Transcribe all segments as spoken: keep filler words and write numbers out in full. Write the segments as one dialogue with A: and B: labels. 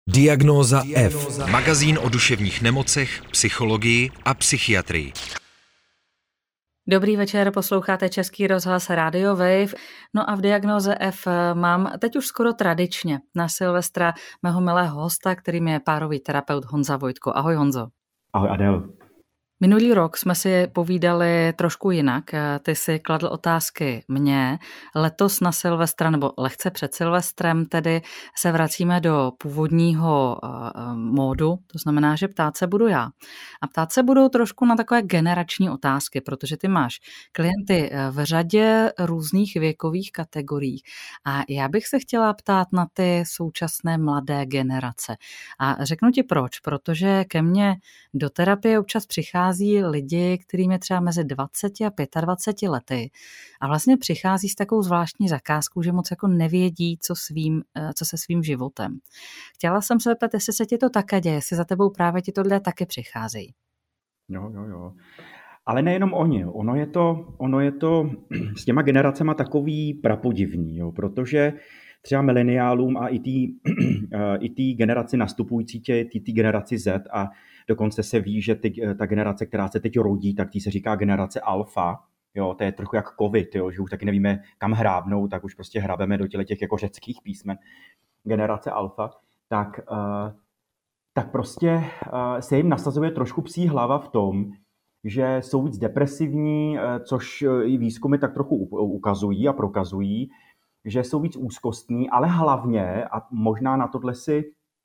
A: Diagnóza F.
B: Magazín o duševních nemocech, psychologii a psychiatrii.
C: Dobrý večer, posloucháte Český rozhlas Radio Wave. No a v Diagnóze F mám teď už skoro tradičně na Silvestra mého milého hosta, kterým je párový terapeut Honza Vojtko. Ahoj Honzo.
D: Ahoj Adel.
C: Minulý rok jsme si povídali trošku jinak. Ty si kladl otázky mně. Letos na Silvestra, nebo lehce před Silvestrem, tedy se vracíme do původního uh, módu. To znamená, že ptát se budu já. A ptát se budou trošku na takové generační otázky, protože ty máš klienty v řadě různých věkových kategorií. A já bych se chtěla ptát na ty současné mladé generace. A řeknu ti proč, protože ke mně do terapie občas přichází lidi, kterým je třeba mezi dvaceti a dvaceti pěti lety a vlastně přichází s takovou zvláštní zakázkou, že moc jako nevědí, co, svým, co se svým životem. Chtěla jsem se zeptat, jestli se ti to také děje, jestli za tebou právě ti tohle taky přicházejí.
D: Jo, jo, jo. Ale nejenom oni. Ono je to, ono je to s těma generacema takový prapodivný, jo, protože třeba mileniálům a i té i té generaci nastupující tě, ty, ty generaci Z a dokonce se ví, že ty, ta generace, která se teď rodí, tak tý se říká generace alfa. Jo, to je trochu jak covid, jo, že už taky nevíme, kam hrábnout, tak už prostě hrabeme do těch jako řeckých písmen. Generace alfa, tak, uh, tak prostě uh, se jim nasazuje trošku psí hlava v tom, že jsou víc depresivní, uh, což i výzkumy tak trochu ukazují a prokazují, že jsou víc úzkostní, ale hlavně, a možná na tohle si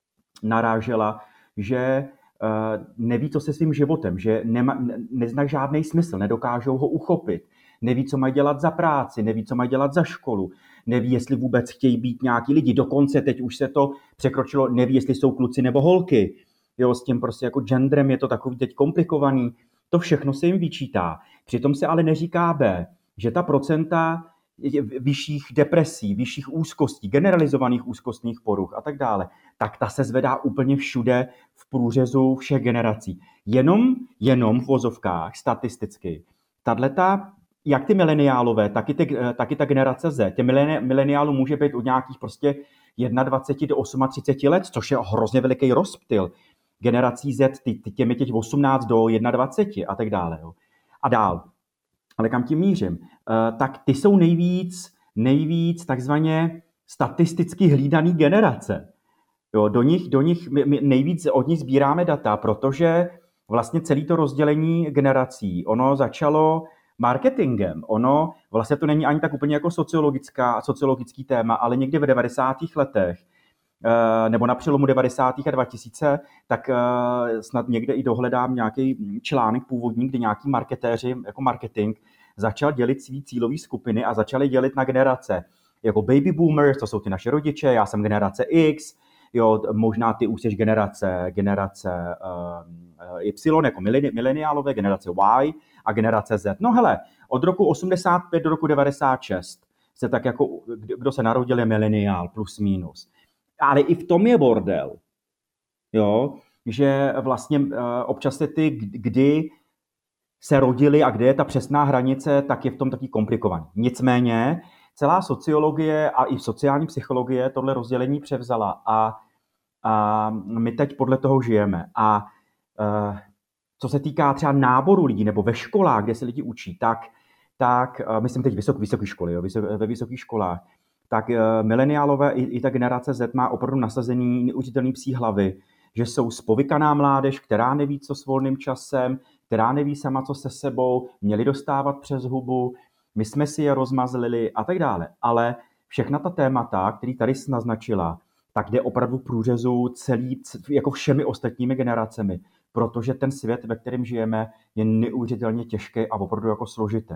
D: narážela, že uh, neví, co se svým životem, že nema, ne, nezná žádný smysl, nedokážou ho uchopit, neví, co mají dělat za práci, neví, co mají dělat za školu, neví, jestli vůbec chtějí být nějaký lidi, dokonce teď už se to překročilo, neví, jestli jsou kluci nebo holky, jo, s tím prostě jako genderem je to takový teď komplikovaný, to všechno se jim vyčítá. Přitom se ale neříká B, že ta procenta vyšších depresí, vyšších úzkostí, generalizovaných úzkostných poruch a tak dále, tak ta se zvedá úplně všude v průřezu všech generací. Jenom, jenom v vozovkách statisticky. Tato, jak ty mileniálové, tak i, ty, tak i ta generace Z, tě mileniálů může být od nějakých prostě dvacet jedna do třiceti osmi let, což je hrozně veliký rozptyl. Generací Z, ty, ty těmi teď osmnáct do dvaceti jedna a tak dále. Jo. A dál. Ale kam tím mířím? Uh, tak ty jsou nejvíc, nejvíc takzvaně statisticky hlídaný generace. Jo, do nich, do nich my, my nejvíc od nich sbíráme data, protože vlastně celé to rozdělení generací, ono začalo marketingem. Ono vlastně to není ani tak úplně jako sociologická, sociologický téma, ale někdy v devadesátých letech uh, nebo na přelomu devadesátých a dva tisíce, tak uh, snad někde i dohledám nějaký článek původní, kde nějaký marketéři, jako marketing, začal dělit svý cílový skupiny a začali dělit na generace. Jako baby boomers, to jsou ty naše rodiče, já jsem generace X, jo, možná ty už jsi generace, generace uh, Y, jako mileniálové, generace Y a generace Z. No hele, od roku osmdesát pět do roku devadesát šest se tak jako, kdo se narodil je mileniál, plus minus. Ale i v tom je bordel, jo, že vlastně uh, občas se ty, kdy se rodili a kde je ta přesná hranice, tak je v tom taky komplikovaný. Nicméně celá sociologie a i sociální psychologie tohle rozdělení převzala a, a my teď podle toho žijeme. A uh, co se týká třeba náboru lidí nebo ve školách, kde se lidi učí, tak, tak uh, myslím teď vysok, vysoké školy, jo, vysok, ve vysokých školách, tak uh, mileniálové i, i ta generace Z má opravdu nasazený neuvěřitelný psí hlavy, že jsou spovykaná mládež, která neví, co s volným časem, která neví sama, co se sebou, měli dostávat přes hubu, my jsme si je rozmazlili a tak dále. Ale všechna ta témata, který tady jsi naznačila, tak jde opravdu v průřezu celý, jako všemi ostatními generacemi, protože ten svět, ve kterém žijeme, je neuvěřitelně těžký a opravdu jako složitý.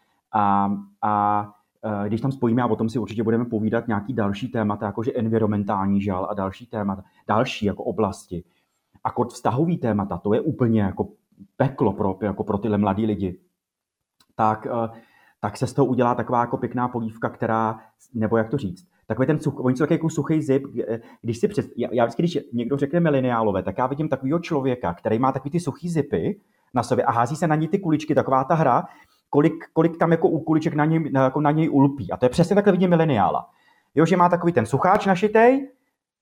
D: A, a když tam spojíme, a o tom si určitě budeme povídat, nějaký další témata, jakože environmentální žal a další témata, další jako oblasti. A kod vztahový témata, to je úplně jako peklo pro, jako pro tyhle mladý lidi. Tak, tak se z toho udělá taková jako pěkná polívka, která, nebo jak to říct, takový ten such, oni jsou takový jako suchý zip, když si před, já vždycky, když někdo řekne mileniálové, tak já vidím takovýho člověka, který má takový ty suchý zipy na sobě a hází se na ní ty kuličky, taková ta hra, kolik, kolik tam jako u kuliček na něj, jako na něj ulpí. A to je přesně takhle vidím mileniála. Jo, že má takový ten sucháč našitej,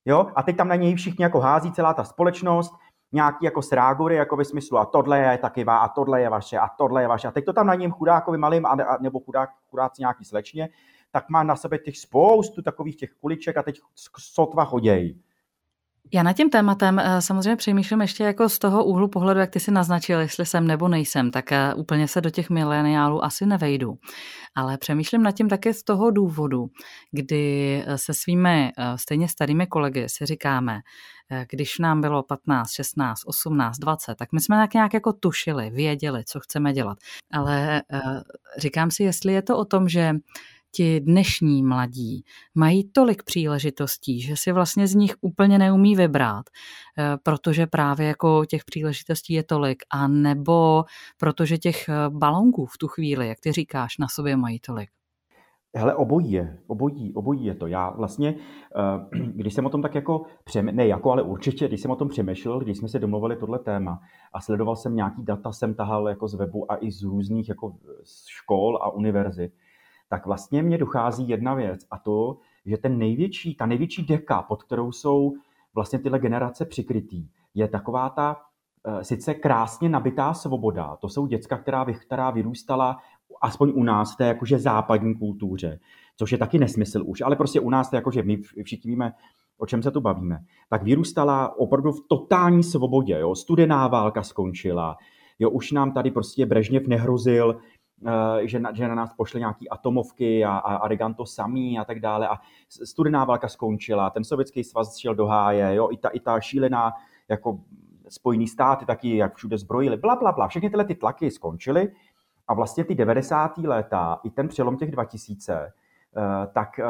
D: jo, a teď tam na něj všichni jako hází celá ta společnost, nějaký jako srágory, jako ve smyslu a tohle je taky vá, a tohle je vaše, a tohle je vaše. A teď to tam na něm chudákovi malým, a, a, nebo chudák, chudáci nějaký slečně, tak má na sebe těch spoustu takových těch kuliček a teď sotva chodějí.
C: Já nad tím tématem samozřejmě přemýšlím ještě jako z toho úhlu pohledu, jak ty si naznačil, jestli jsem nebo nejsem, tak úplně se do těch mileniálů asi nevejdu. Ale přemýšlím nad tím také z toho důvodu, kdy se svými stejně starými kolegy si říkáme, když nám bylo patnáct, šestnáct, osmnáct, dvacet, tak my jsme tak nějak jako tušili, věděli, co chceme dělat. Ale říkám si, jestli je to o tom, že ti dnešní mladí mají tolik příležitostí, že si vlastně z nich úplně neumí vybrat, protože právě jako těch příležitostí je tolik, a nebo protože těch balonků v tu chvíli, jak ty říkáš, na sobě mají tolik.
D: Hele, obojí je, obojí, obojí je to. Já vlastně, když jsem o tom tak jako, přemýšlel, ne jako, ale určitě, když jsem o tom přemýšlel, když jsme se domluvili tohle téma a sledoval jsem nějaký data, jsem tahal jako z webu a i z různých jako z škol a univerzit, tak vlastně mně dochází jedna věc, a to, že ten největší, ta největší deka, pod kterou jsou vlastně tyhle generace přikrytý, je taková ta sice krásně nabitá svoboda. To jsou děcka, která, která vyrůstala aspoň u nás v té jakože západní kultuře, což je taky nesmysl už, ale prostě u nás to jakože my všichni víme, o čem se tu bavíme. Tak vyrůstala opravdu v totální svobodě, jo? Studená válka skončila, jo? Už nám tady prostě Brežněv nehrozil, Že na, že na nás pošle nějaký atomovky a, a, a Reagan to samý a tak dále. A studená válka skončila, ten Sovětský svaz šel do háje, jo, i ta, i ta šílená jako Spojený státy taky, jak všude zbrojili, bla, bla, bla. Všechny tyhle ty tlaky skončily a vlastně ty devadesátá léta, i ten přelom těch dva tisíce, tak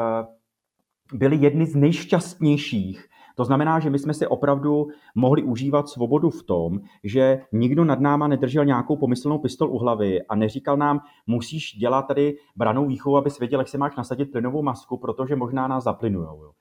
D: byly jedny z nejšťastnějších. To znamená, že my jsme si opravdu mohli užívat svobodu v tom, že nikdo nad náma nedržel nějakou pomyslnou pistol u hlavy a neříkal nám, musíš dělat tady branou výchovu, abys věděl, jak si máš nasadit plynovou masku, protože možná nás zaplynujou.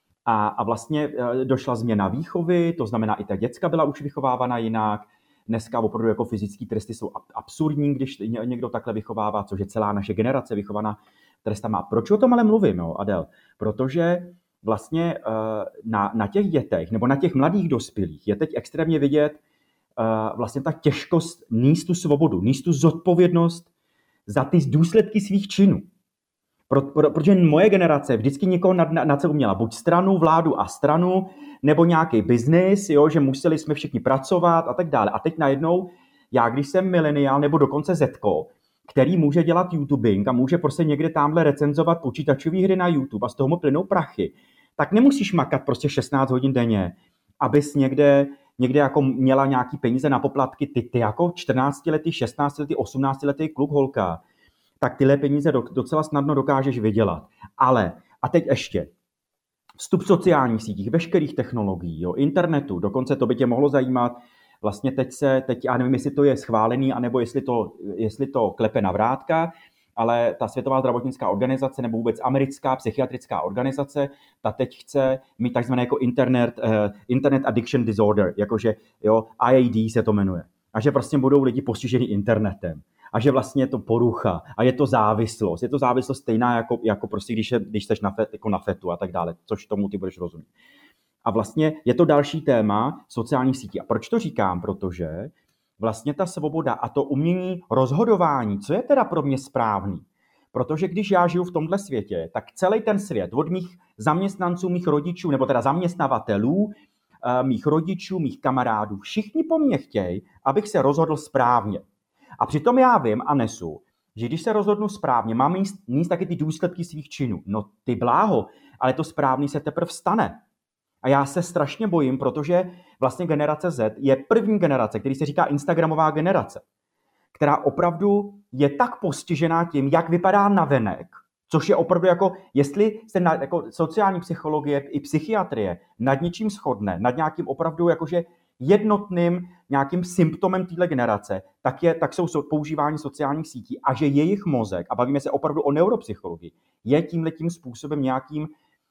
D: A, a vlastně došla změna výchovy, to znamená, i ta děcka byla už vychovávána jinak. Dneska opravdu jako fyzické tresty jsou absurdní, když někdo takhle vychovává, což je celá naše generace vychovaná trestama. Proč o tom ale mluvím, jo, Adel? Protože vlastně na, na těch dětech nebo na těch mladých dospělých je teď extrémně vidět vlastně ta těžkost níst tu svobodu, níst tu zodpovědnost za ty důsledky svých činů. Pro, pro, protože moje generace vždycky někoho nad, nad sebou měla buď stranu, vládu a stranu, nebo nějaký biznis, jo, že museli jsme všichni pracovat a tak dále. A teď najednou, já když jsem mileniál nebo dokonce zetko, který může dělat YouTubing a může prostě někde tamhle recenzovat počítačové hry na YouTube a z toho mu plynou prachy, tak nemusíš makat prostě šestnáct hodin denně, abys někde, někde jako měla nějaký peníze na poplatky. Ty, ty jako čtrnáctiletý, šestnáctiletý, osmnáctiletý kluk, holka, tak tyhle peníze docela snadno dokážeš vydělat. Ale, a teď ještě, vstup v sociálních sítích, veškerých technologií, jo, internetu, dokonce to by tě mohlo zajímat. Vlastně teď se, teď, já nevím, jestli to je schválený, anebo jestli to, jestli to klepe na vrátka, ale ta Světová zdravotnická organizace nebo vůbec americká psychiatrická organizace, ta teď chce mít takzvané jako internet, uh, internet addiction disorder, jakože jo, I A D se to jmenuje. A že prostě budou lidi postiženi internetem. A že vlastně je to porucha a je to závislost. Je to závislost stejná jako, jako prostě, když, je, když jsi na, fet, jako na fetu a tak dále, což tomu ty budeš rozumět. A vlastně je to další téma sociálních sítí. A proč to říkám? Protože vlastně ta svoboda a to umění rozhodování, co je teda pro mě správný. Protože když já žiju v tomhle světě, tak celý ten svět od mých zaměstnanců, mých rodičů, nebo teda zaměstnavatelů, mých rodičů, mých kamarádů, všichni po mně chtějí, abych se rozhodl správně. A přitom já vím a nesu, že když se rozhodnu správně, mám níst, níst taky ty důsledky svých činů. No ty bláho, ale to správný se teprve stane. A já se strašně bojím, protože vlastně generace Z je první generace, který se říká Instagramová generace, která opravdu je tak postižená tím, jak vypadá navenek, což je opravdu jako, jestli se na, jako sociální psychologie i psychiatrie nad něčím shodne, nad nějakým opravdu jakože jednotným nějakým symptomem téhle generace, tak, je, tak jsou používání sociálních sítí a že jejich mozek, a bavíme se opravdu o neuropsychologii, je tímhletím způsobem nějakým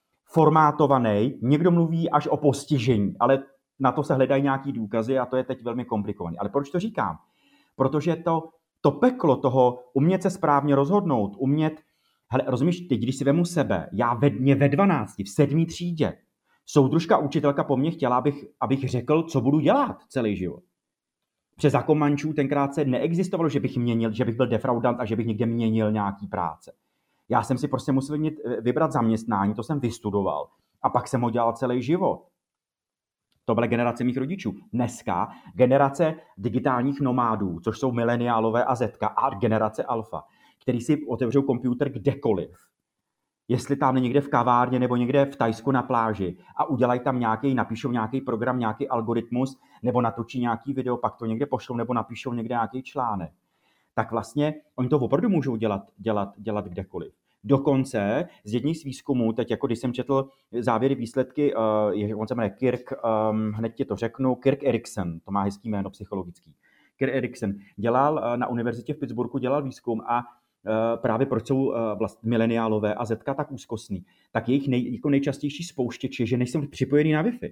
D: formátovaný, někdo mluví až o postižení, ale na to se hledají nějaký důkazy a to je teď velmi komplikované. Ale proč to říkám? Protože to, to peklo toho umět se správně rozhodnout, umět, hele, rozumíš, teď, když si vemu sebe, já ve, mě ve dvanácti, v sedmý třídě, Soudružka učitelka po mně chtěla, abych, abych řekl, co budu dělat celý život. Přes Zakomančů tenkrát se neexistovalo, že bych měnil, že bych byl defraudant a že bych někde měnil nějaký práce. Já jsem si prostě musel mít, vybrat zaměstnání, to jsem vystudoval a pak jsem ho dělal celý život. To byla generace mých rodičů. Dneska generace digitálních nomádů, což jsou mileniálové a zetka a generace alfa, který si otevřou počítač kdekoliv. Jestli tam někde v kavárně nebo někde v Thajsku na pláži a udělají tam nějaký, napíšou nějaký program, nějaký algoritmus nebo natočí nějaký video, pak to někde pošlou nebo napíšou někde nějaký článek. Tak vlastně oni to opravdu můžou dělat, dělat, dělat kdekoliv. Dokonce z jedných z výzkumů, teď jako když jsem četl závěry výsledky, uh, on se jmenuje Kirk, um, hned ti to řeknu, Kirk Eriksen, to má hezký jméno psychologický. Kirk Eriksen dělal uh, na univerzitě v Pittsburghu, dělal výzkum a uh, právě proč jsou uh, vlastně mileniálové a zetka tak úzkostný, tak jejich nej, jako nejčastější spouštěč je, že nejsem připojený na Wi-Fi.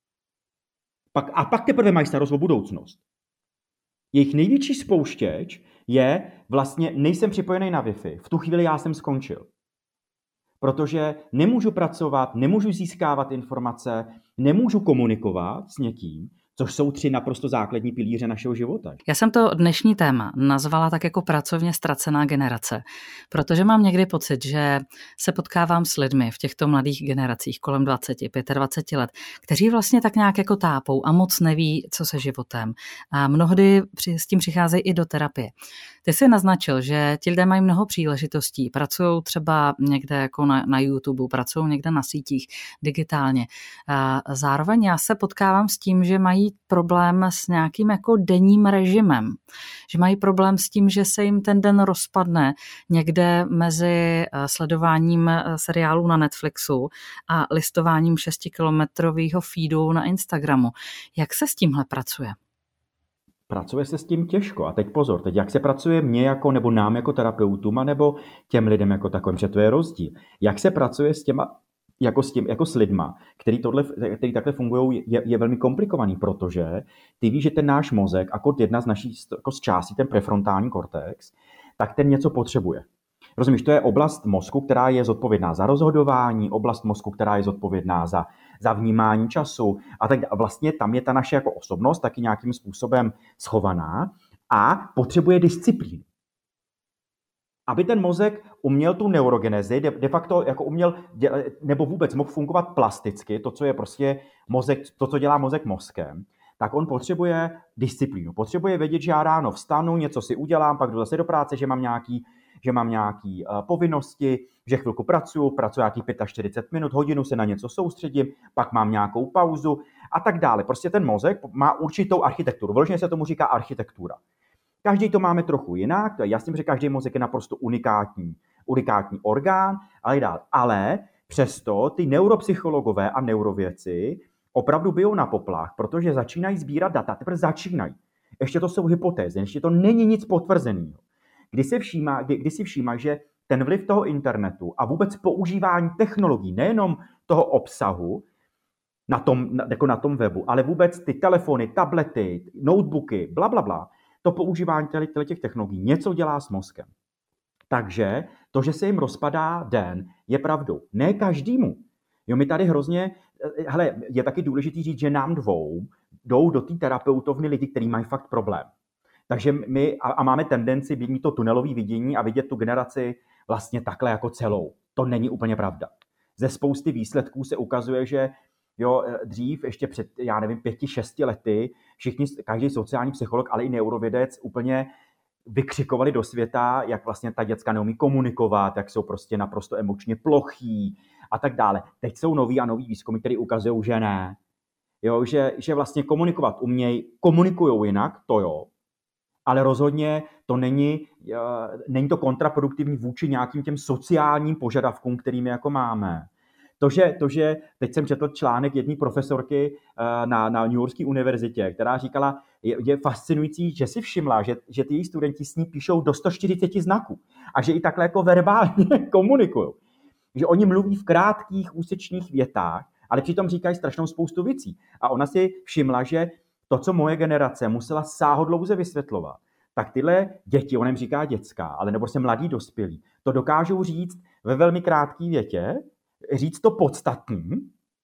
D: Pak, a pak teprve mají starost o budoucnost. Jejich největší spouštěč je vlastně nejsem připojený na Wi-Fi. V tu chvíli já jsem skončil. Protože nemůžu pracovat, nemůžu získávat informace, nemůžu komunikovat s někým, což jsou tři naprosto základní pilíře našeho života.
C: Já jsem to dnešní téma nazvala tak jako pracovně ztracená generace, protože mám někdy pocit, že se potkávám s lidmi v těchto mladých generacích kolem dvacet, dvacet pět let, kteří vlastně tak nějak jako tápou a moc neví, co se životem. A mnohdy s tím přicházejí i do terapie. Ty jsi naznačil, že ti lidé mají mnoho příležitostí, pracují třeba někde jako na, na YouTube, pracují někde na sítích digitálně. A zároveň já se potkávám s tím, že mají problém s nějakým jako denním režimem, že mají problém s tím, že se jim ten den rozpadne někde mezi sledováním seriálů na Netflixu a listováním šestikilometrového feedu na Instagramu. Jak se s tímhle pracuje?
D: Pracuje se s tím těžko. A teď pozor, teď jak se pracuje mně jako, nebo nám jako terapeutům, nebo těm lidem jako takovým, že to je rozdíl. Jak se pracuje s těma, jako s, tím, jako s lidma, který, tohle, který takhle fungují, je, je velmi komplikovaný, protože ty víš, že ten náš mozek, jako jedna z naší jako z částí, ten prefrontální kortex, tak ten něco potřebuje. Rozumíš, to je oblast mozku, která je zodpovědná za rozhodování, oblast mozku, která je zodpovědná za, za vnímání času a tak vlastně tam je ta naše jako osobnost taky nějakým způsobem schovaná a potřebuje disciplínu. Aby ten mozek uměl tu neurogenezi, de, de facto jako uměl, nebo vůbec mohl fungovat plasticky, to, co je prostě mozek, to, co dělá mozek mozkem, tak on potřebuje disciplínu. Potřebuje vědět, že já ráno vstanu, něco si udělám, pak jdu zase do práce, že mám nějaký, že mám nějaký uh, povinnosti, že chvilku pracuju, pracuji nějakých čtyřicet pět minut, hodinu se na něco soustředím, pak mám nějakou pauzu a tak dále. Prostě ten mozek má určitou architekturu. Vložně se tomu říká architektura. Každý to máme trochu jinak, to je jasně, že každý mozek je naprosto unikátní, unikátní orgán, ale dál. Ale přesto ty neuropsychologové a neurovědci opravdu bijou na poplach, protože začínají sbírat data, teprve začínají. Ještě to jsou hypotézy, ještě to není nic potvrzeného. Kdy si všímá, kdy, kdy si všímá, že ten vliv toho internetu a vůbec používání technologií, nejenom toho obsahu na tom, jako na tom webu, ale vůbec ty telefony, tablety, notebooky, bla, bla, bla, to používání těch technologií něco dělá s mozkem. Takže to, že se jim rozpadá den, je pravdou. Ne každému. Jo, my tady hrozně, hele, je taky důležitý říct, že nám dvou jdou do té terapeutovny lidi, kteří mají fakt problém. Takže my a, a máme tendenci mít to tunelové vidění a vidět tu generaci vlastně takhle jako celou. To není úplně pravda. Ze spousty výsledků se ukazuje, že jo, dřív, ještě před, já nevím, pěti, šesti lety, všichni, každý sociální psycholog, ale i neurovědec úplně vykřikovali do světa, jak vlastně ta děcka neumí komunikovat, jak jsou prostě naprosto emočně plochý a tak dále. Teď jsou nový a nový výzkumy, které ukazují, že ne. Jo, že, že vlastně komunikovat umějí, komunikujou jinak, to jo, ale rozhodně to není, není to kontraproduktivní vůči nějakým těm sociálním požadavkům, kterými jako máme. To že, to, že teď jsem četl článek jedné profesorky na, na New Yorkské univerzitě, která říkala, je, je fascinující, že si všimla, že, že ty její studenti s ní píšou do sto čtyřicet znaků a že i takhle jako verbálně komunikují. Že oni mluví v krátkých úsečních větách, ale přitom říkají strašnou spoustu věcí. A ona si všimla, že to, co moje generace musela sáhodlouze vysvětlovat, tak tyhle děti, on jim říká dětská, ale nebo se mladí dospělí, to dokážou říct ve velmi krátké větě, říct to podstatný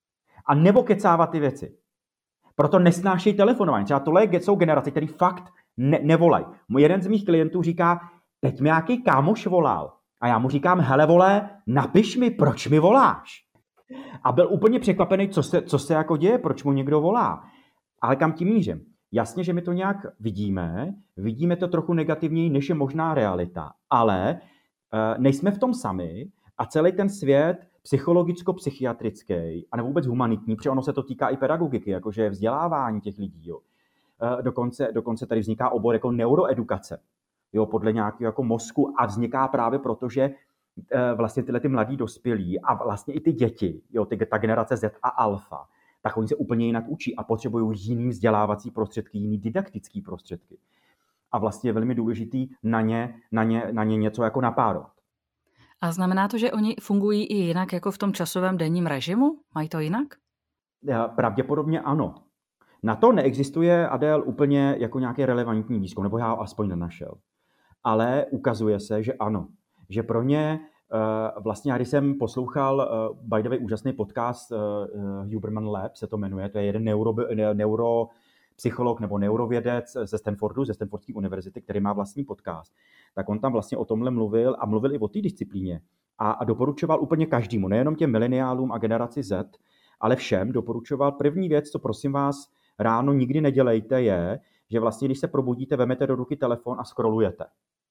D: A nebo kecávat ty věci. Proto nesnášejí telefonování. Třeba tohle jsou generace, které fakt ne- nevolají. Můj jeden z mých klientů říká, teď mi nějaký kámoš volal. A já mu říkám, hele vole, napiš mi, proč mi voláš. A byl úplně překvapený, co se, co se jako děje, proč mu někdo volá. Ale kam tím mířím? Jasně, že my to nějak vidíme, vidíme to trochu negativněji, než je možná realita, ale uh, nejsme v tom sami a celý ten svět psychologicko-psychiatrický a nebo vůbec humanitní, protože ono se to týká i pedagogiky, jakože vzdělávání těch lidí. Jo. Uh, dokonce, dokonce tady vzniká obor jako neuroedukace, jo, podle nějakého jako mozku a vzniká právě proto, že uh, vlastně tyhle ty mladí dospělí a vlastně i ty děti, jo, ty, ta generace Z a alfa, tak oni se úplně jinak učí a potřebují jiný vzdělávací prostředky, jiný didaktický prostředky. A vlastně je velmi důležitý na ně, na ně, na ně něco jako napárovat.
C: A znamená to, že oni fungují i jinak jako v tom časovém denním režimu? Mají to jinak?
D: Pravděpodobně ano. Na to neexistuje, Adél, úplně jako nějaký relevantní výzkum, nebo já ho aspoň nenašel. Ale ukazuje se, že ano. Že pro ně vlastně, když jsem poslouchal by the way úžasný podcast Huberman Lab, se to jmenuje, to je jeden neuro, neuropsycholog nebo neurovědec ze Stanfordu, ze Stanfordské univerzity, který má vlastní podcast, tak on tam vlastně o tomhle mluvil a mluvil i o té disciplíně a, a doporučoval úplně každému, nejenom těm mileniálům a generaci Z, ale všem doporučoval první věc, co prosím vás ráno nikdy nedělejte, je, že vlastně, když se probudíte, vemete do ruky telefon a scrollujete.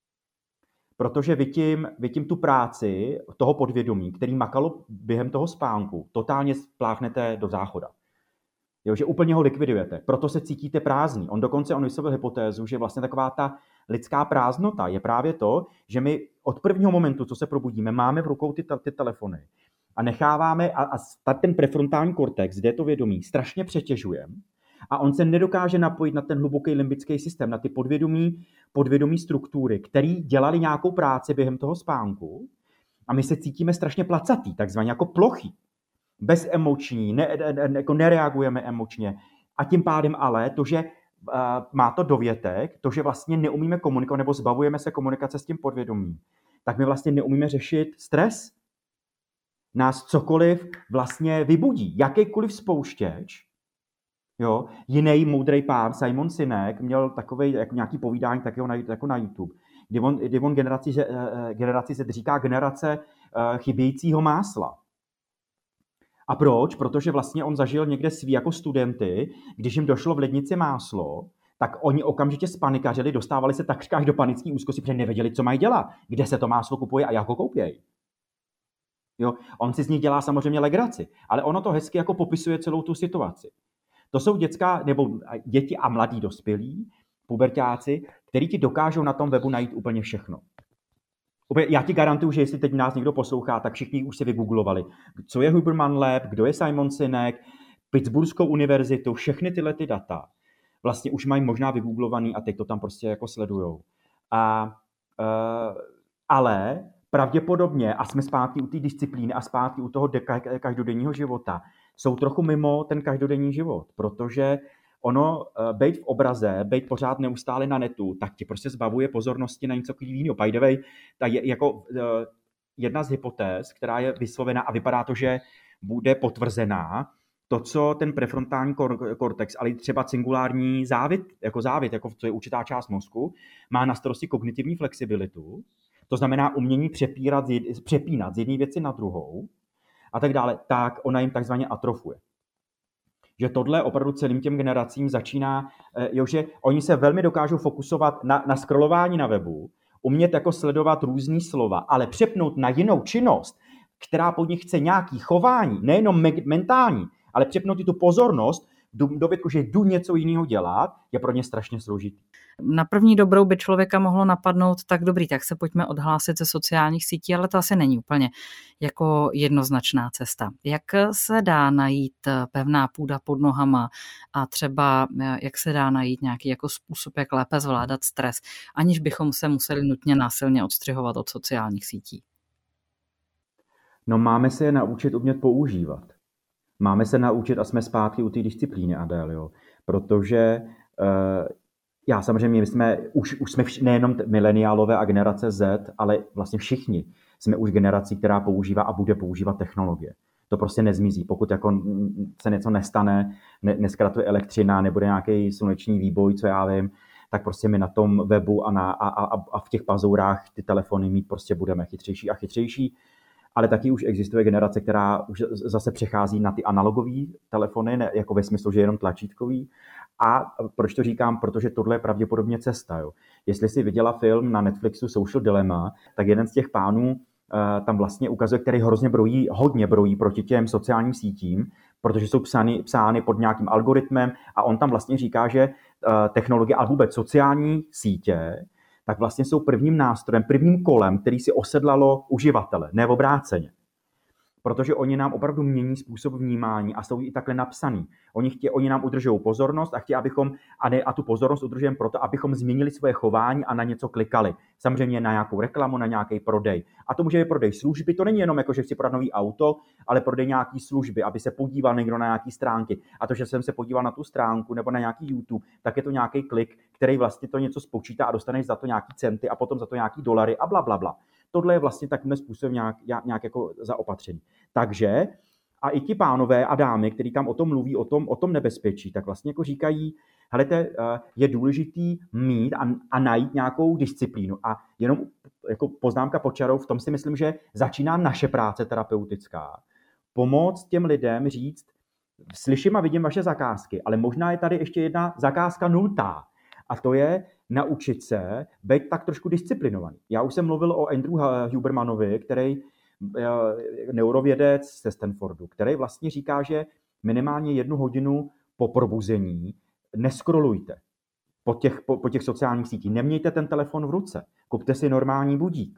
D: Protože vy tím, vy tím tu práci toho podvědomí, který makalo během toho spánku, totálně spláchnete do záchoda. Jo, že úplně ho likvidujete. Proto se cítíte prázdný. On dokonce on vysvětlil hypotézu, že vlastně taková ta lidská prázdnota je právě to, že my od prvního momentu, co se probudíme, máme v rukou ty, ty telefony a necháváme a, a ten prefrontální kortex, kde je to vědomí, strašně přetěžujeme. A on se nedokáže napojit na ten hluboký limbický systém, na ty podvědomí, podvědomí struktury, které dělali nějakou práci během toho spánku. A my se cítíme strašně placatý, takzvaně jako plochy. Bezemoční, ne, ne, jako nereagujeme emočně. A tím pádem ale to, že uh, má to dovětek, to, že vlastně neumíme komunikovat nebo zbavujeme se komunikace s tím podvědomím, tak my vlastně neumíme řešit stres. Nás cokoliv vlastně vybudí, jakýkoliv spouštěč. Jo, jiný moudrý pán, Simon Sinek, měl takový jako nějaký povídání takového na, jako na YouTube, kdy on, kdy on generaci, generaci se říká generace uh, chybějícího másla. A proč? Protože vlastně on zažil někde svý jako studenty, když jim došlo v lednici máslo, tak oni okamžitě spanikařili, dostávali se takřka až do panické úzkosti, protože nevěděli, co mají dělat, kde se to máslo kupuje a jak ho koupějí. Jo, on si z nich dělá samozřejmě legraci, ale ono to hezky jako popisuje celou tu situaci. To jsou dětská, nebo děti a mladí dospělí, puberťáci, kteří ti dokážou na tom webu najít úplně všechno. Já ti garantuju, že jestli teď nás někdo poslouchá, tak všichni už si vygooglovali, co je Huberman Lab, kdo je Simon Sinek, Pittsburghskou univerzitu, všechny tyhle ty data vlastně už mají možná vygooglovaný a teď to tam prostě jako sledujou. A, uh, ale pravděpodobně, a jsme zpátky u té disciplíny a zpátky u toho deka- každodenního života, jsou trochu mimo ten každodenní život, protože ono, bejt v obraze, bejt pořád neustále na netu, tak ti prostě zbavuje pozornosti na něco jiného. By the way, ta je jako jedna z hypotéz, která je vyslovená a vypadá to, že bude potvrzená, to, co ten prefrontální kortex, ale i třeba cingulární závit, jako závit, jako to je určitá část mozku, má na starosti kognitivní flexibilitu, to znamená umění přepírat, přepínat z jedné věci na druhou a tak dále, tak ona jim takzvaně atrofuje. Že tohle opravdu celým těm generacím začíná, jo, že oni se velmi dokážou fokusovat na, na scrollování na webu, umět jako sledovat různý slova, ale přepnout na jinou činnost, která pod nich chce nějaký chování, nejenom me- mentální, ale přepnout i tu pozornost do, do větku, že jdu něco jiného dělat, je pro ně strašně složitý.
C: Na první dobrou by člověka mohlo napadnout, tak dobrý, tak se pojďme odhlásit ze sociálních sítí, ale to asi není úplně jako jednoznačná cesta. Jak se dá najít pevná půda pod nohama a třeba jak se dá najít nějaký jako způsob, jak lépe zvládat stres, aniž bychom se museli nutně násilně odstřihovat od sociálních sítí?
D: No máme se je naučit umět používat. Máme se naučit a jsme zpátky u té disciplíny, Adél, jo. Protože uh, já samozřejmě, my jsme už, už jsme vš- nejenom mileniálové a generace Z, ale vlastně všichni jsme už generací, která používá a bude používat technologie. To prostě nezmizí. Pokud jako se něco nestane, ne, neskratuje elektřina, nebude nějaký sluneční výboj, co já vím, tak prostě my na tom webu a, na, a, a, a v těch pazourách ty telefony mít prostě budeme chytřejší a chytřejší. Ale taky už existuje generace, která už zase přechází na ty analogové telefony, ne, jako ve smyslu, že je jenom tlačítkový. A proč to říkám? Protože tohle je pravděpodobně cesta. Jo. Jestli si viděla film na Netflixu Social Dilemma, tak jeden z těch pánů uh, tam vlastně ukazuje, který hrozně brojí, hodně brojí proti těm sociálním sítím, protože jsou psány, psány pod nějakým algoritmem a on tam vlastně říká, že uh, technologie a vůbec sociální sítě tak vlastně jsou prvním nástrojem, prvním kolem, který si osedlalo uživatele, ne obráceně. Protože oni nám opravdu mění způsob vnímání a jsou i takhle napsaný. Oni, chtě, oni nám udržují pozornost a chtějí, abychom, a, ne, a tu pozornost udržujeme proto, abychom změnili svoje chování a na něco klikali. Samozřejmě na nějakou reklamu, na nějaký prodej. A to může být prodej služby, to není jenom jako, že chci prodat nový auto, ale prodej nějaký služby, aby se podíval někdo na nějaký stránky. A to, že jsem se podíval na tu stránku nebo na nějaký YouTube, tak je to nějaký klik, který vlastně to něco spočítá a dostaneš za to nějaký centy a potom za to nějaký dolary a bla, bla, bla. Tohle je vlastně takovým způsobem nějak, nějak jako zaopatření. Takže a i ti pánové a dámy, kteří tam o tom mluví, o tom, o tom nebezpečí, tak vlastně jako říkají, helejte, je důležitý mít a, a najít nějakou disciplínu. A jenom jako poznámka pod čarou, v tom si myslím, že začíná naše práce terapeutická. Pomoct těm lidem říct, slyším a vidím vaše zakázky, ale možná je tady ještě jedna zakázka nultá. A to je naučit se být tak trošku disciplinovaný. Já už jsem mluvil o Andrew Hubermanovi, který neurovědec ze Stanfordu, který vlastně říká, že minimálně jednu hodinu po probuzení neskrolujte po těch, po, po těch sociálních sítích. Nemějte ten telefon v ruce. Kupte si normální budík.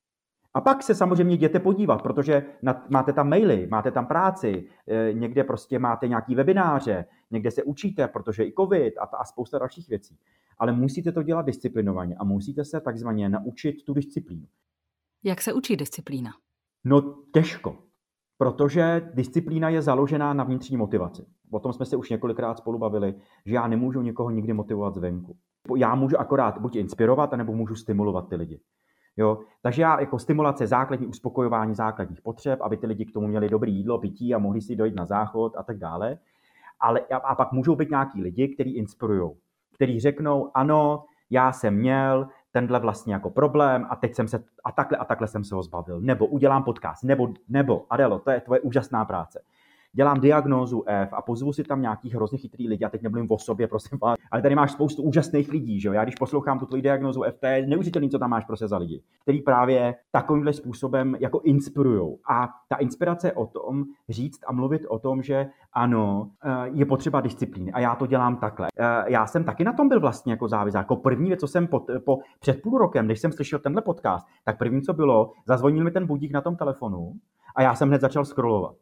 D: A pak se samozřejmě jděte podívat, protože na, máte tam maily, máte tam práci, e, někde prostě máte nějaký webináře, někde se učíte, protože i covid a, a spousta dalších věcí. Ale musíte to dělat disciplinovaně a musíte se takzvaně naučit tu disciplínu.
C: Jak se učí disciplína?
D: No těžko, protože disciplína je založená na vnitřní motivaci. O tom jsme se už několikrát spolu bavili, že já nemůžu nikoho nikdy motivovat zvenku. Já můžu akorát buď inspirovat, anebo můžu stimulovat ty lidi. Jo? Takže já jako stimulace, základní uspokojování základních potřeb, aby ty lidi k tomu měli dobré jídlo, pití a mohli si dojít na záchod a tak dále. Ale a pak můžou být nějaký lidi, kteří inspirují, kteří řeknou, ano, já jsem měl tenhle vlastně jako problém a teď jsem se a takhle a takhle jsem se ho zbavil. Nebo udělám podcast, nebo, nebo Adelo, to je tvoje úžasná práce. Dělám diagnózu F a pozvu si tam nějaký hrozně chytrý lidi, a teď nemluvím o sobě, prosím vás, ale tady máš spoustu úžasných lidí, že jo? Já když poslouchám tu tvoji diagnózu F, to je neuvěřitelný, co tam máš prostě za lidi, který právě takovýmhle způsobem jako inspirujou. A ta inspirace je o tom říct a mluvit o tom, že ano, je potřeba disciplíny a já to dělám takhle. Já jsem taky na tom byl vlastně jako závislý. Jako první věc, co jsem po, po, před půl rokem, když jsem slyšel tenhle podcast, tak první, co bylo, zazvonil mi ten budík na tom telefonu a já jsem hned začal scrollovat.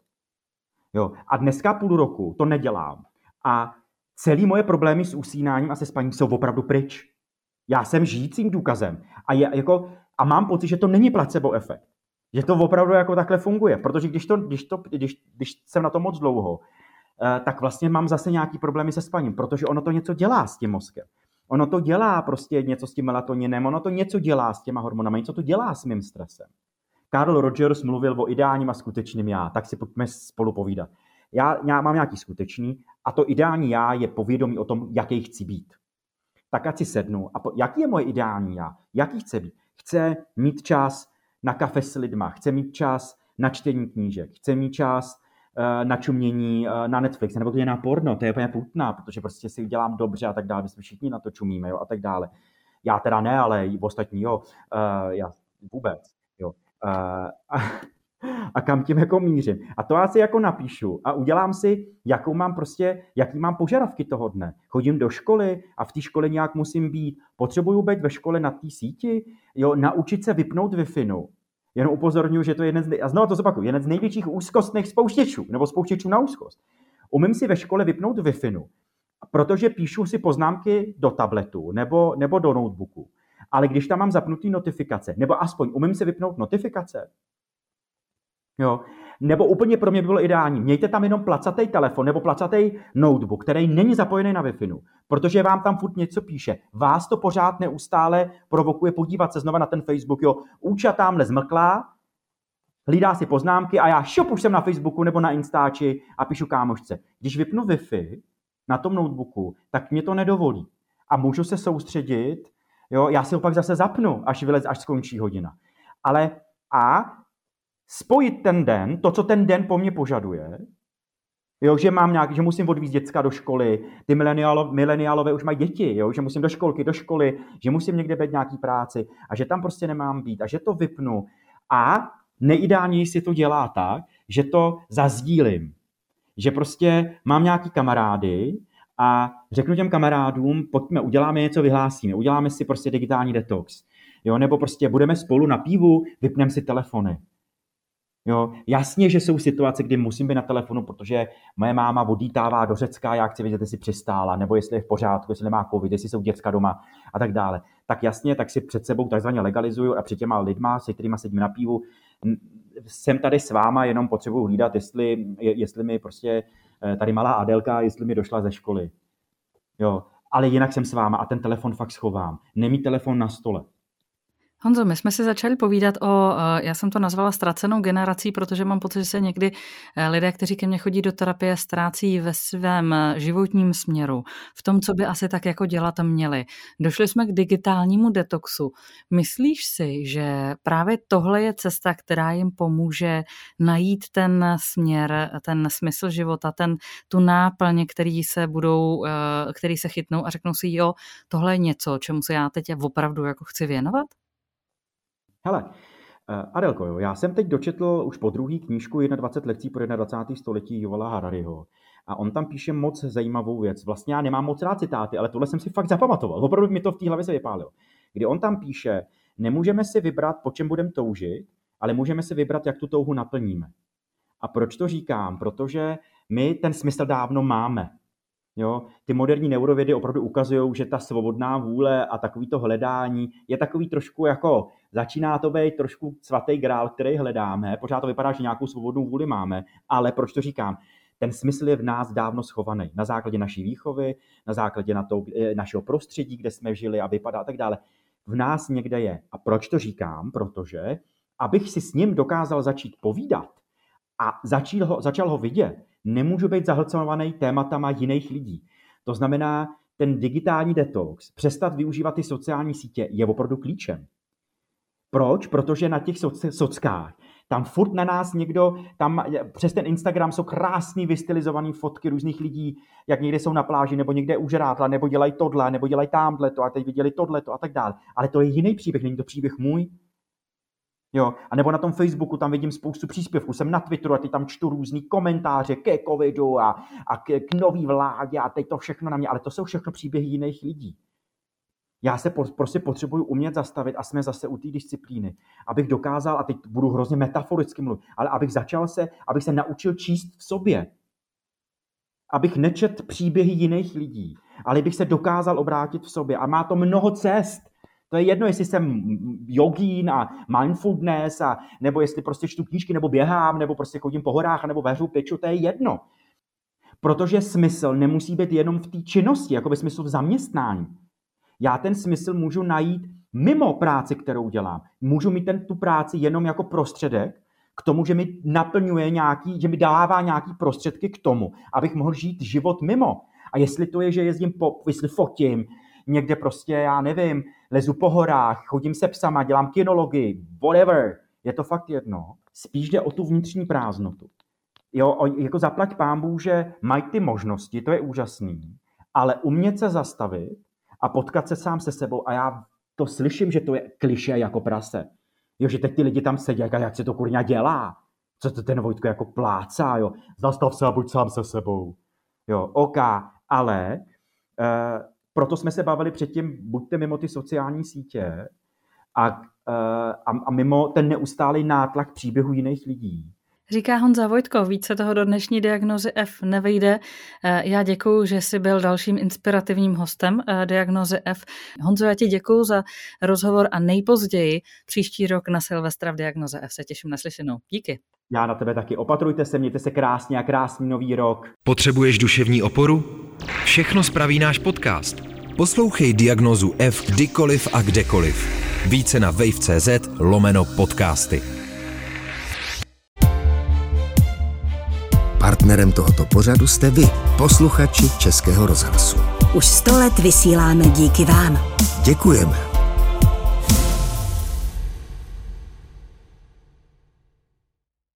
D: Jo. A dneska půl roku to nedělám. A celý moje problémy s usínáním a se spaním jsou opravdu pryč. Já jsem žijícím důkazem. A, je, jako, a mám pocit, že to není placebo efekt. Že to opravdu jako takhle funguje. Protože když, to, když, to, když, když jsem na to moc dlouho, tak vlastně mám zase nějaký problémy se spaním. Protože ono to něco dělá s tím mozkem. Ono to dělá prostě něco s tím melatoninem. Ono to něco dělá s těma hormonami. Něco to dělá s mým stresem. Carl Rogers mluvil o ideálním a skutečným já, tak si pojďme spolu povídat. Já, já mám nějaký skutečný a to ideální já je povědomí o tom, jaký chci být. Tak ať si sednu. A po, jaký je moje ideální já? Jaký chce být? Chce mít čas na kafe s lidma, chce mít čas na čtení knížek, chce mít čas uh, na čumění uh, na Netflix, nebo to je na porno, to je úplně putná, protože prostě si dělám dobře a tak dále, my jsme všichni na to čumíme, jo, a tak dále. Já teda ne, ale i ostatní, jo, uh, já vůbec, jo. Uh, a, a kam tím jako mířím. A to já si jako napíšu a udělám si, jakou mám prostě, jaký mám požadavky toho dne. Chodím do školy a v té škole nějak musím být. Potřebuju být ve škole na té síti, jo, naučit se vypnout Wi-Fi. Jenom upozorňuji, že to je jeden z, nej... a znovu to zopakuju, jeden z největších úzkostných spouštěčů, nebo spouštěčů na úzkost. Umím si ve škole vypnout Wi-Fi, protože píšu si poznámky do tabletu nebo, nebo do notebooku. Ale když tam mám zapnutý notifikace, nebo aspoň umím si vypnout notifikace, jo, nebo úplně pro mě by bylo ideální, mějte tam jenom placatý telefon nebo placatý notebook, který není zapojený na Wi-Fi, protože vám tam furt něco píše. Vás to pořád neustále provokuje podívat se znova na ten Facebook, jo, úča tamhle zmlklá, hlídá si poznámky a já šup, už jsem na Facebooku nebo na Instači a píšu kámošce. Když vypnu Wi-Fi na tom notebooku, tak mě to nedovolí. A můžu se soustředit, jo, já si ho pak zase zapnu, až vylez, až skončí hodina. Ale a spojit ten den, to, co ten den po mně požaduje, jo, že mám nějak, že musím odvízt děcka do školy, ty mileniálo, mileniálové už mají děti, jo, že musím do školky, do školy, že musím někde být nějaký práci a že tam prostě nemám být a že to vypnu. A nejideálněji si to dělá tak, že to zazdílím. Že prostě mám nějaký kamarády a řeknu těm kamarádům, pojďme, uděláme něco, vyhlásíme, uděláme si prostě digitální detox. Jo, nebo prostě budeme spolu na pivu, vypneme si telefony. Jo, jasně, že jsou situace, kdy musím být na telefonu, protože moje máma odlítává do Řecka, já chci vědět, jestli přistála, nebo jestli je v pořádku, jestli nemá covid, jestli jsou děcka doma a tak dále. Tak jasně, tak si před sebou takzvaně legalizuju a před těma lidma, se kterýma sedím na pivu, jsem tady s váma, jenom potřebuji hlídat, jestli, jestli mi prostě tady malá Adelka, jestli mi došla ze školy. Jo, ale jinak jsem s váma a ten telefon fakt schovám. Nemít telefon na stole.
C: Honzo, my jsme si začali povídat o, já jsem to nazvala ztracenou generací, protože mám pocit, že se někdy lidé, kteří ke mně chodí do terapie, ztrácí ve svém životním směru, v tom, co by asi tak jako dělat měli. Došli jsme k digitálnímu detoxu. Myslíš si, že právě tohle je cesta, která jim pomůže najít ten směr, ten smysl života, ten, tu náplň, který se budou, který se chytnou a řeknou si, jo, tohle je něco, čemu se já teď opravdu jako chci věnovat?
D: Hele, Adelko, jo, já jsem teď dočetl už po druhý knížku dvacet jedna lekcí pro dvacátého prvního století Yuvala Harariho a on tam píše moc zajímavou věc. Vlastně já nemám moc rád citáty, ale tohle jsem si fakt zapamatoval. Opravdu mi to v té hlavě se vypálilo. Kdy on tam píše, nemůžeme si vybrat, po čem budeme toužit, ale můžeme si vybrat, jak tu touhu naplníme. A proč to říkám? Protože my ten smysl dávno máme. Jo, ty moderní neurovědy opravdu ukazují, že ta svobodná vůle a takovýto hledání je takový trošku jako, začíná to být trošku svatý grál, který hledáme, pořád to vypadá, že nějakou svobodnou vůli máme, ale proč to říkám? Ten smysl je v nás dávno schovaný, na základě naší výchovy, na základě na to, našeho prostředí, kde jsme žili a vypadá a tak dále. V nás někde je. A proč to říkám? Protože, abych si s ním dokázal začít povídat a začal ho, začal ho vidět, nemůžu být zahlcovaný tématama jiných lidí. To znamená, ten digitální detox, přestat využívat ty sociální sítě je opravdu klíčem. Proč? Protože na těch soc- sockách, tam furt na nás někdo, tam přes ten Instagram jsou krásný vystylizované fotky různých lidí, jak někde jsou na pláži, nebo někde u žrádla, nebo dělají tohle, nebo dělají támhleto a teď viděli tohleto a tak dále. Ale to je jiný příběh, není to příběh můj. Jo, a nebo na tom Facebooku tam vidím spoustu příspěvků, jsem na Twitteru a teď tam čtu různý komentáře ke covidu a, a k, k nový vládě a teď to všechno na mě, ale to jsou všechno příběhy jiných lidí. Já se po, prostě potřebuju umět zastavit a jsme zase u té disciplíny, abych dokázal, a teď budu hrozně metaforicky mluvit, ale abych začal se, abych se naučil číst v sobě. Abych nečet příběhy jiných lidí, ale bych se dokázal obrátit v sobě. A má to mnoho cest. To je jedno, jestli jsem jogín a mindfulness, a, nebo jestli prostě čtu knížky, nebo běhám, nebo prostě chodím po horách, nebo vařu, peču, to je jedno. Protože smysl nemusí být jenom v té činnosti, jako by smysl v zaměstnání. Já ten smysl můžu najít mimo práci, kterou dělám. Můžu mít ten, tu práci jenom jako prostředek k tomu, že mi naplňuje nějaký, že mi dává nějaký prostředky k tomu, abych mohl žít život mimo. A jestli to je, že jezdím po, jestli fotím, někde prostě, já nevím, lezu po horách, chodím se psama, dělám kinologii, whatever, je to fakt jedno. Spíš jde o tu vnitřní prázdnotu. Jo, jako zaplať pánbůh, že mají ty možnosti, to je úžasný, ale umět se zastavit a potkat se sám se sebou, a já to slyším, že to je klišé jako prase. Jo, že teď ty lidi tam sedí, jak se to kurňa dělá. Co to ten Vojtko jako plácá, jo. Zastav se a buď sám se sebou. Jo, ok, ale uh, proto jsme se bavili předtím, buďte mimo ty sociální sítě a, uh, a, a mimo ten neustálý nátlak příběhu jiných lidí.
C: Říká Honza Vojtko, více toho do dnešní Diagnózy F nevejde. Já děkuju, že jsi byl dalším inspirativním hostem Diagnózy F. Honzo, já ti děkuju za rozhovor a nejpozději příští rok na Silvestra v Diagnóze F se těším na slyšenou. Díky.
D: Já na tebe taky. Opatrujte se, mějte se krásně a krásný nový rok.
B: Potřebuješ duševní oporu? Všechno spraví náš podcast. Poslouchej Diagnózu F kdykoliv a kdekoliv. Více na wave tečka cz lomeno podcasty.
A: partnerem tohoto pořadu jste vy, posluchači Českého rozhlasu.
E: Už sto let vysíláme díky vám.
A: Děkujeme.